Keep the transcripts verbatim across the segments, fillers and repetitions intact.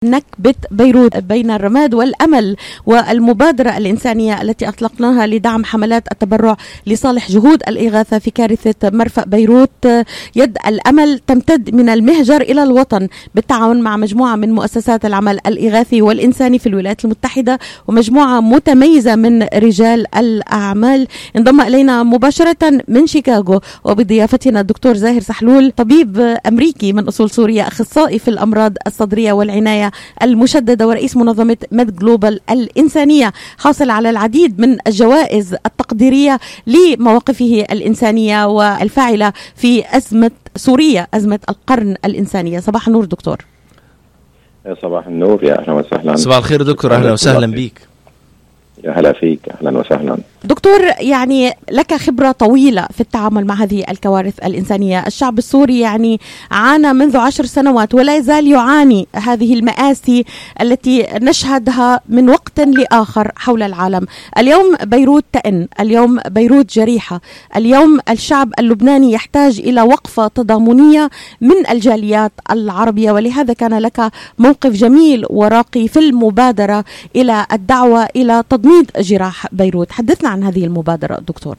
نكبة بيروت بين الرماد والأمل والمبادرة الإنسانية التي أطلقناها لدعم حملات التبرع لصالح جهود الإغاثة في كارثة مرفأ بيروت. يد الأمل تمتد من المهجر إلى الوطن بالتعاون مع مجموعة من مؤسسات العمل الإغاثي والإنساني في الولايات المتحدة ومجموعة متميزة من رجال الأعمال. انضم إلينا مباشرة من شيكاغو وبضيافتنا الدكتور زاهر سحلول، طبيب أمريكي من أصول سوريا، أخصائي في الأمراض الصدرية والعناية المشددة ورئيس منظمة ميد جلوبال الإنسانية، حاصل على العديد من الجوائز التقديرية لمواقفه الإنسانية والفاعلة في أزمة سوريا، أزمة القرن الإنسانية. صباح النور دكتور. صباح النور، يا أهلا وسهلا. صباح الخير دكتور، أهلا وسهلا بيك. يا هلا فيك، أهلا وسهلا دكتور. يعني لك خبرة طويلة في التعامل مع هذه الكوارث الإنسانية. الشعب السوري يعني عانى منذ عشر سنوات ولا يزال يعاني هذه المآسي التي نشهدها من وقت لآخر حول العالم. اليوم بيروت تئن، اليوم بيروت جريحة، اليوم الشعب اللبناني يحتاج إلى وقفة تضامنية من الجاليات العربية، ولهذا كان لك موقف جميل وراقي في المبادرة إلى الدعوة إلى تضميد جراح بيروت. حدثنا عن هذه المبادرة دكتور.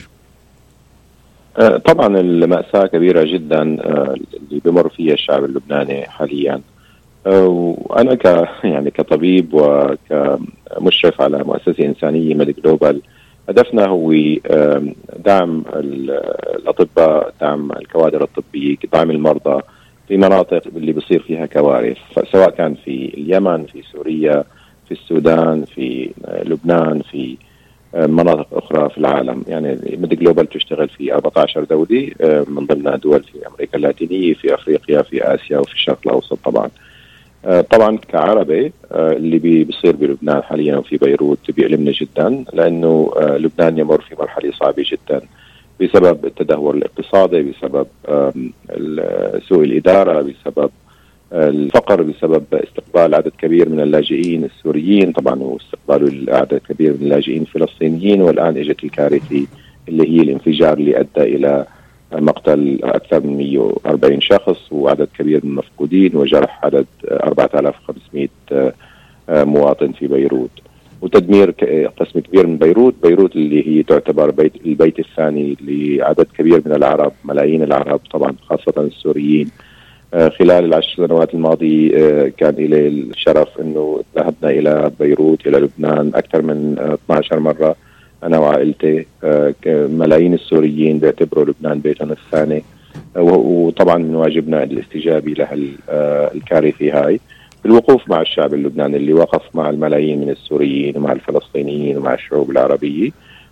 طبعا المأساة كبيرة جدا اللي بمر فيها الشعب اللبناني حاليا، وأنا ك يعني كطبيب وكمشرف على مؤسسة إنسانية ميد جلوبال، هدفنا هو دعم الأطباء، دعم الكوادر الطبية، دعم المرضى في مناطق اللي بصير فيها كوارث، سواء كان في اليمن، في سوريا، في السودان، في لبنان، في مناطق أخرى في العالم. يعني ميد جلوبال تشتغل في أربعة عشر دولة، من ضمنها دول في أمريكا اللاتينية، في أفريقيا، في آسيا، وفي الشرق الأوسط. طبعا طبعا كعربي اللي بيصير بلبنان حاليا وفي بيروت بيؤلمنا جدا، لأنه لبنان يمر في مرحلة صعبة جدا بسبب التدهور الاقتصادي، بسبب سوء الإدارة، بسبب الفقر، بسبب استقبال عدد كبير من اللاجئين السوريين طبعا، واستقبال عدد كبير من اللاجئين الفلسطينيين. والآن اجت الكارثة اللي هي الانفجار اللي أدى إلى مقتل أكثر من مئة وأربعين شخص وعدد كبير من المفقودين وجرح عدد أربعة آلاف وخمسمئة مواطن في بيروت، وتدمير قسم كبير من بيروت. بيروت اللي هي تعتبر بيت البيت الثاني لعدد كبير من العرب، ملايين العرب طبعا خاصة السوريين. خلال العشر سنوات الماضية كان إلي الشرف أنه ذهبنا إلى بيروت، إلى لبنان أكثر من اثنتي عشرة مرة أنا وعائلتي. ملايين السوريين بيعتبروا لبنان بيتهم الثاني، وطبعا من واجبنا الاستجابة لهالكارثة هاي بالوقوف مع الشعب اللبناني اللي وقف مع الملايين من السوريين ومع الفلسطينيين ومع الشعوب العربية.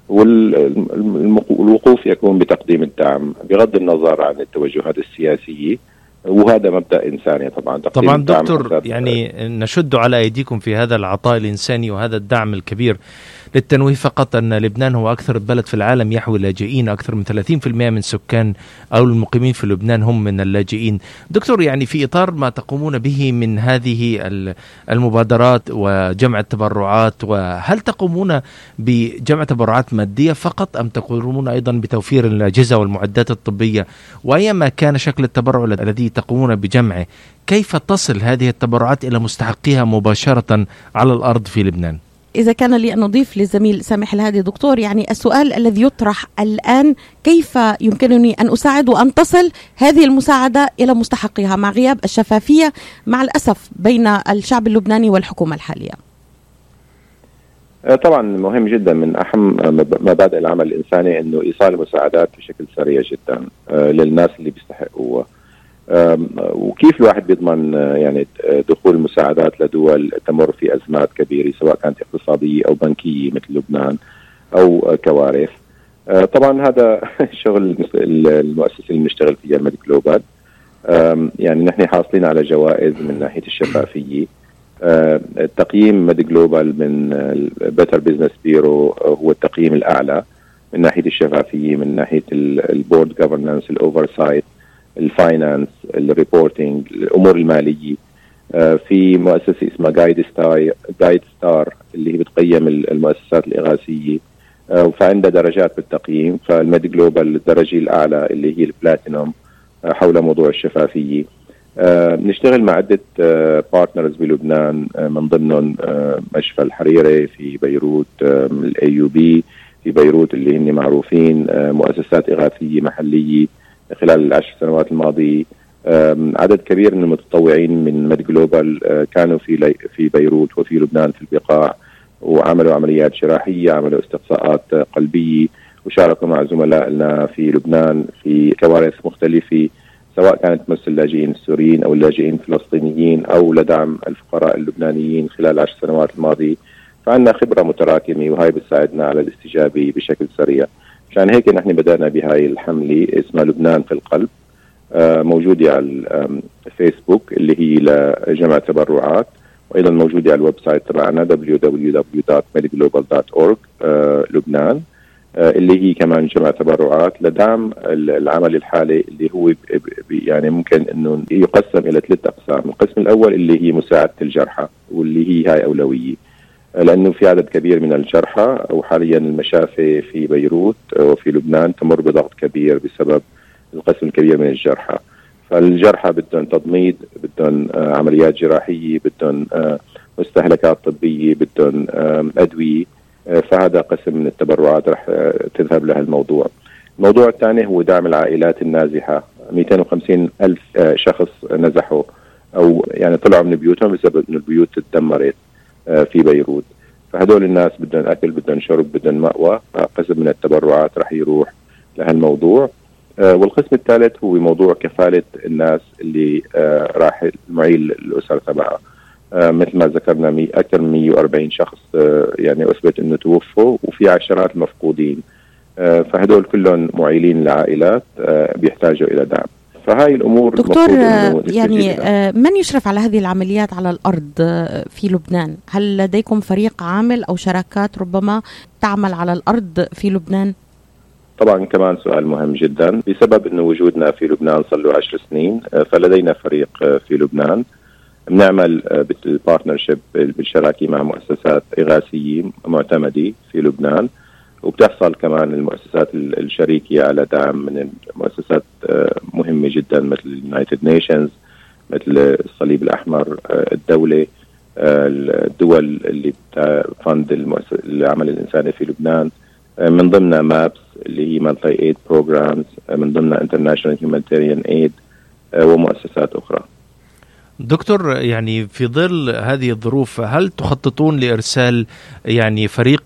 والوقوف يكون بتقديم الدعم بغض النظر عن التوجهات السياسية، وهذا مبدأ إنساني طبعا. طبعا دكتور، يعني نشد على أيديكم في هذا العطاء الإنساني وهذا الدعم الكبير. للتنويه فقط أن لبنان هو أكثر بلد في العالم يحوي لاجئين، أكثر من ثلاثين بالمئة من سكان أو المقيمين في لبنان هم من اللاجئين. دكتور، يعني في إطار ما تقومون به من هذه المبادرات وجمع التبرعات، وهل تقومون بجمع تبرعات مادية فقط أم تقومون أيضا بتوفير الأجهزة والمعدات الطبية؟ وأيما كان شكل التبرع الذي تقومون بجمعه، كيف تصل هذه التبرعات إلى مستحقيها مباشرة على الأرض في لبنان؟ إذا كان لي أن أضيف للزميل سامح الهادي دكتور، يعني السؤال الذي يطرح الآن، كيف يمكنني أن أساعد وأن تصل هذه المساعدة إلى مستحقها مع غياب الشفافية مع الأسف بين الشعب اللبناني والحكومة الحالية؟ طبعا مهم جدا، من أهم مبادئ العمل الإنساني أنه إيصال المساعدات بشكل سريع جدا للناس اللي بيستحقوها. وكيف الواحد بيضمن يعني دخول المساعدات لدول تمر في أزمات كبيرة سواء كانت اقتصادية أو بنكية مثل لبنان أو كوارث؟ طبعا هذا شغل المؤسسة اللي بنشتغل فيها ميد جلوبال. يعني نحن حاصلين على جوائز من ناحية الشفافية. التقييم ميد جلوبال من بيتر بيزنس بيرو هو التقييم الأعلى من ناحية الشفافية، من ناحية البورد جوفرنانس، الأوفرسايت، الفاينانس، الريبورتينج، الامور الماليه. في مؤسسه اسمها جايد ستار جايد ستار اللي هي بتقيم المؤسسات الاغاثيه، فعندها درجات بالتقييم. فالميد جلوبال الدرجه الاعلى اللي هي البلاتينوم حول موضوع الشفافيه. بنشتغل مع عدة بارتنرز بلبنان، من ضمنهم مشفى الحريري في بيروت، الاي يو بي في بيروت اللي هن معروفين، مؤسسات إغاثية محلية خلال العشر سنوات الماضية. عدد كبير من المتطوعين من ميد جلوبال كانوا في في بيروت وفي لبنان في البقاع، وعملوا عمليات جراحية، عملوا استقصاءات قلبية، وشاركوا مع زملائنا في لبنان في كوارث مختلفة، سواء كانت تمس اللاجئين السوريين أو اللاجئين الفلسطينيين أو لدعم الفقراء اللبنانيين خلال العشر سنوات الماضية. فعندنا خبرة متراكمة، وهي بتساعدنا على الاستجابة بشكل سريع. عشان هيك نحن بدأنا بهاي الحملة اسمها لبنان في القلب، موجودة على الفيسبوك اللي هي لجمع تبرعات، وأيضا موجودة على الويب سايت تبعنا دبليو دبليو دبليو دوت ميد جلوبال دوت أورج لبنان، اللي هي كمان جمع تبرعات لدعم العمل الحالي اللي هو يعني ممكن انه يقسم الى ثلاث اقسام. القسم الاول اللي هي مساعدة الجرحى، واللي هي هاي اولوية لانه في عدد كبير من الجرحى، وحاليا المشافي في بيروت وفي لبنان تمر بضغط كبير بسبب القسم الكبير من الجرحى. فالجرحى بدهم تضميد، بدهم عمليات جراحية، بدهم مستهلكات طبية، بدهم أدوية. فهذا قسم من التبرعات رح تذهب لها الموضوع. الموضوع الثاني هو دعم العائلات النازحة. مئتين وخمسين ألف شخص نزحوا أو يعني طلعوا من بيوتهم بسبب أن البيوت تدمرت في بيروت، فهدول الناس بدهم أكل، بدهم شرب، بدهم مأوى. قسم من التبرعات رح يروح لهالموضوع. والقسم الثالث هو موضوع كفالة الناس اللي راح المعيل الأسر تبعها. مثل ما ذكرنا مي أكثر من مئة وأربعين شخص يعني أثبت أنه توفوا، وفي عشرات المفقودين. فهدول كلهم معيلين لعائلات بيحتاجوا إلى دعم. فهاي الأمور دكتور يعني من يشرف على هذه العمليات على الأرض في لبنان؟ هل لديكم فريق عامل أو شراكات ربما تعمل على الأرض في لبنان؟ طبعا كمان سؤال مهم جدا. بسبب أنه وجودنا في لبنان صار له عشر سنين، فلدينا فريق في لبنان بنعمل بالبارتنرشيب بالشراكة مع مؤسسات إغاثية معتمدة في لبنان، وبتحصل كمان المؤسسات الشريكة على دعم من المؤسسات مهمة جدا مثل اليونايتد نيشنز، مثل الصليب الأحمر الدولي، الدول اللي بتفند العمل الإنساني في لبنان، من ضمنها مابس اللي هي مالتي ايد بروجرامز، من ضمنها انترناشونال هيومانيتيريان ايد ومؤسسات أخرى. دكتور يعني في ظل هذه الظروف هل تخططون لإرسال يعني فريق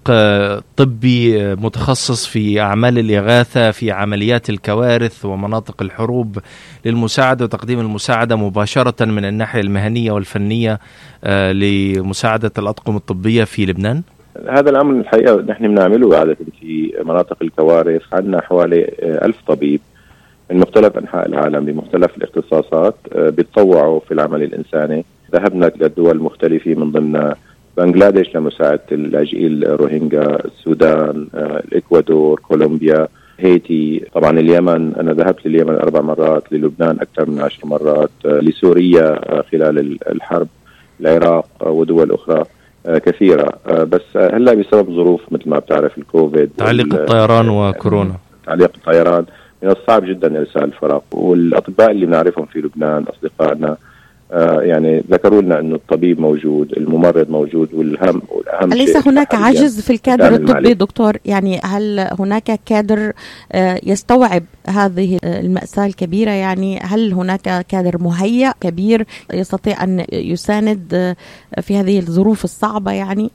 طبي متخصص في أعمال الإغاثة في عمليات الكوارث ومناطق الحروب للمساعدة وتقديم المساعدة مباشرة من الناحية المهنية والفنية لمساعدة الأطقم الطبية في لبنان؟ هذا الأمر الحقيقة نحن بنعمله عادة في مناطق الكوارث. عندنا حوالي ألف طبيب من مختلف أنحاء العالم بمختلف الاختصاصات بيتطوعوا في العمل الإنساني. ذهبنا لدول مختلفة من ضمن بنغلاديش لمساعدة اللاجئين الروهينجا، السودان، الإكوادور، كولومبيا، هيتي، طبعا اليمن. أنا ذهبت لليمن أربع مرات، للبنان أكثر من عشر مرات، لسوريا خلال الحرب، العراق ودول أخرى كثيرة. بس هلا بسبب ظروف مثل ما بتعرف الكوفيد، تعليق الطيران وكورونا، تعليق الطيران، من الصعب جدا إرسال الفرق. والأطباء اللي نعرفهم في لبنان أصدقائنا آه يعني ذكروا لنا أنه الطبيب موجود، الممرض موجود، والأهم والأهم أليس هناك عجز في الكادر الطبي دكتور؟ يعني هل هناك كادر آه يستوعب هذه المأساة الكبيرة؟ يعني هل هناك كادر مهيأ كبير يستطيع أن يساند آه في هذه الظروف الصعبة؟ يعني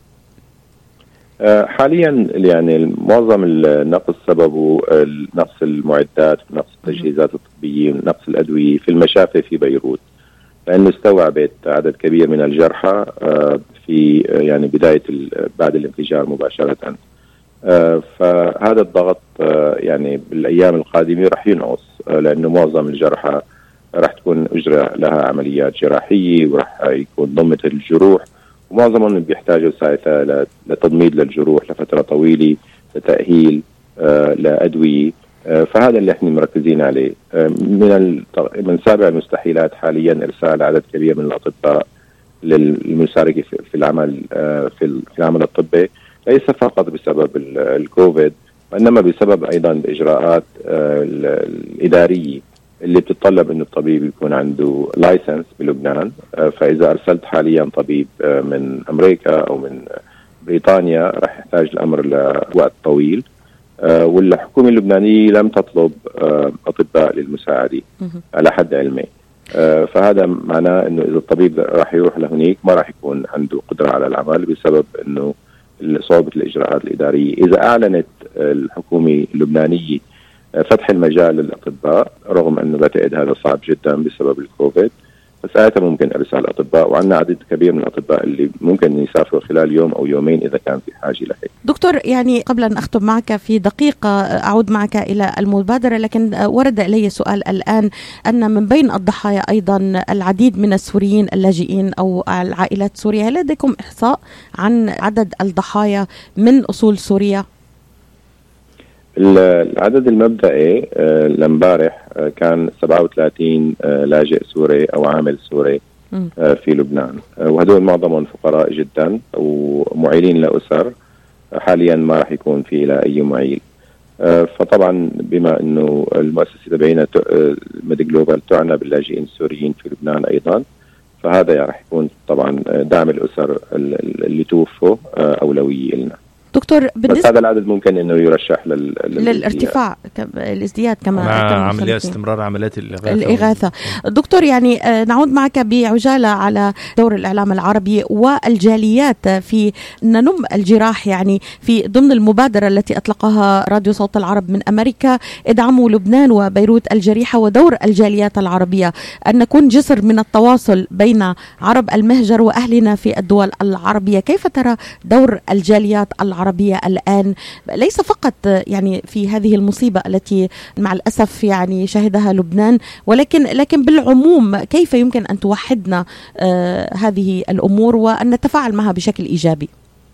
حاليا يعني معظم النقص سببه نقص المعدات ونقص التجهيزات الطبية ونقص الأدوية في المشافي في بيروت، لأنه استوعبت عدد كبير من الجرحى في يعني بداية بعد الانفجار مباشرة. فهذا الضغط يعني بالأيام القادمة رح ينقص، لأنه معظم الجرحى رح تكون أجرى لها عمليات جراحية ورح يكون ضمت الجروح، ومعظمهم بيحتاجوا ساعتها لتضميد للجروح لفترة طويلة، لتأهيل، آه، لأدوية. آه، فهذا اللي احنا مركزين عليه. آه، من من سابع المستحيلات حاليا إرسال عدد كبير من الأطباء للمشاركة في العمل آه، في العمل الطبي، ليس فقط بسبب الكوفيد، وإنما بسبب أيضا الإجراءات آه، الإدارية اللي بتتطلب انه الطبيب يكون عنده لايسنس بلبنان. فاذا ارسلت حاليا طبيب من امريكا او من بريطانيا راح يحتاج الامر لوقت طويل، والحكومه اللبنانيه لم تطلب اطباء للمساعدين على حد علمي. فهذا معناه انه اذا الطبيب راح يروح لهنيك ما راح يكون عنده قدره على العمل بسبب انه صعوبه الاجراءات الاداريه. اذا اعلنت الحكومه اللبنانيه فتح المجال للاطباء، رغم انه بعتقد هذا صعب جدا بسبب الكوفيد، فساعتها ممكن ارسال اطباء، وعندنا عدد كبير من الاطباء اللي ممكن يسافروا خلال يوم او يومين اذا كان في حاجه لهيك. دكتور، يعني قبل ان اختم معك في دقيقه اعود معك الى المبادره، لكن ورد الي سؤال الان ان من بين الضحايا ايضا العديد من السوريين اللاجئين او العائلات السوريه، هل لديكم احصاء عن عدد الضحايا من اصول سوريا؟ العدد المبدئي لامبارح كان سبعة وثلاثين لاجئ سوري أو عامل سوري في لبنان، وهدول معظمهم فقراء جدا ومعيلين لأسر. حاليا ما راح يكون في لا أي معيل. فطبعا بما أنه المؤسسة تبعينا ميد جلوبال تعنى باللاجئين السوريين في لبنان أيضا، فهذا راح يكون طبعا دعم الأسر اللي توفوا أولوية لنا. دكتور، بس هذا العدد ممكن انه يرشح لل... للارتفاع الازدياد كما مع عملية استمرار عمليات الإغاثة, الإغاثة. دكتور، يعني نعود معك بعجالة على دور الإعلام العربي والجاليات في ننم الجراح، يعني في ضمن المبادرة التي أطلقها راديو صوت العرب من أمريكا، ادعموا لبنان وبيروت الجريحة، ودور الجاليات العربية أن نكون جسر من التواصل بين عرب المهجر وأهلنا في الدول العربية. كيف ترى دور الجاليات العربية العربية الآن، ليس فقط يعني في هذه المصيبة التي مع الأسف يعني شهدها لبنان، ولكن لكن بالعموم كيف يمكن أن توحدنا آه هذه الأمور وأن نتفاعل معها بشكل إيجابي؟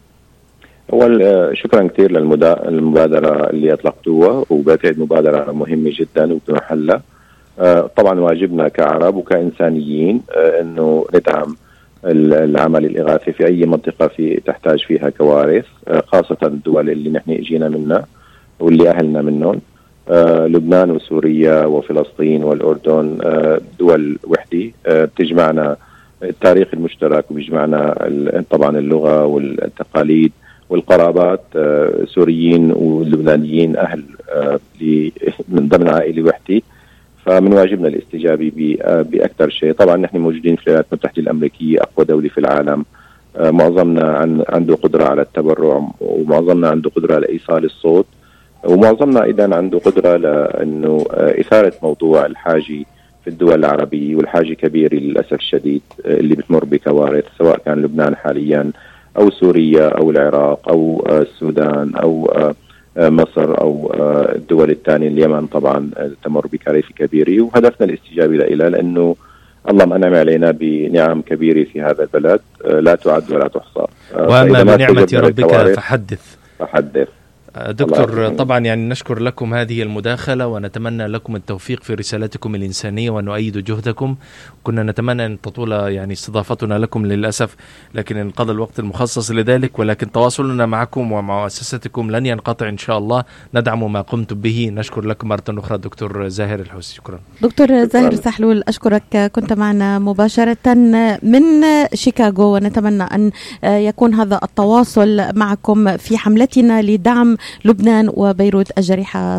أول شكرا كثير للمبادرة اللي أطلقتوها، وبعتقد مبادرة مهمة جدا وبمحلها. آه طبعا واجبنا كعرب وكإنسانيين آه إنه ندعم العمل الإغاثي في أي منطقة في تحتاج فيها كوارث، خاصة الدول اللي نحن اجينا منها واللي أهلنا منهم. آه لبنان وسوريا وفلسطين والأردن آه دول وحدة، آه بتجمعنا التاريخ المشترك وبيجمعنا طبعا اللغة والتقاليد والقرابات. آه سوريين ولبنانيين أهل آه من ضمن عائلة وحدة، فمن واجبنا الاستجابة بأكثر شيء. طبعا نحن موجودين في الولايات المتحدة الأمريكية، أقوى دولة في العالم. معظمنا عنده قدرة على التبرع، ومعظمنا عنده قدرة على إيصال الصوت، ومعظمنا أيضا عنده قدرة لأنه إثارة موضوع الحاجة في الدول العربية، والحاجة كبيرة للأسف الشديد اللي بتمر بكوارث، سواء كان لبنان حاليا أو سوريا أو العراق أو السودان أو مصر أو الدول الثانية، اليمن طبعا تمر بكارثة كبيرة، وهدفنا الاستجابة إليها لأنه الله منعم علينا بنعم كبيرة في هذا البلد لا تعد ولا تحصى. وأما بنعمة ربك فحدث فحدث دكتور، طبعا يعني نشكر لكم هذه المداخلة، ونتمنى لكم التوفيق في رسالتكم الإنسانية، ونؤيد جهدكم. كنا نتمنى أن تطول يعني استضافتنا لكم، للأسف لكن انقضى الوقت المخصص لذلك، ولكن تواصلنا معكم ومع مؤسستكم لن ينقطع إن شاء الله. ندعم ما قمتم به. نشكر لكم مرة أخرى دكتور زاهر الحوسي. شكرا دكتور زاهر سحلول، أشكرك، كنت معنا مباشرة من شيكاغو، ونتمنى أن يكون هذا التواصل معكم في حملتنا لدعم لبنان وبيروت الجريحة.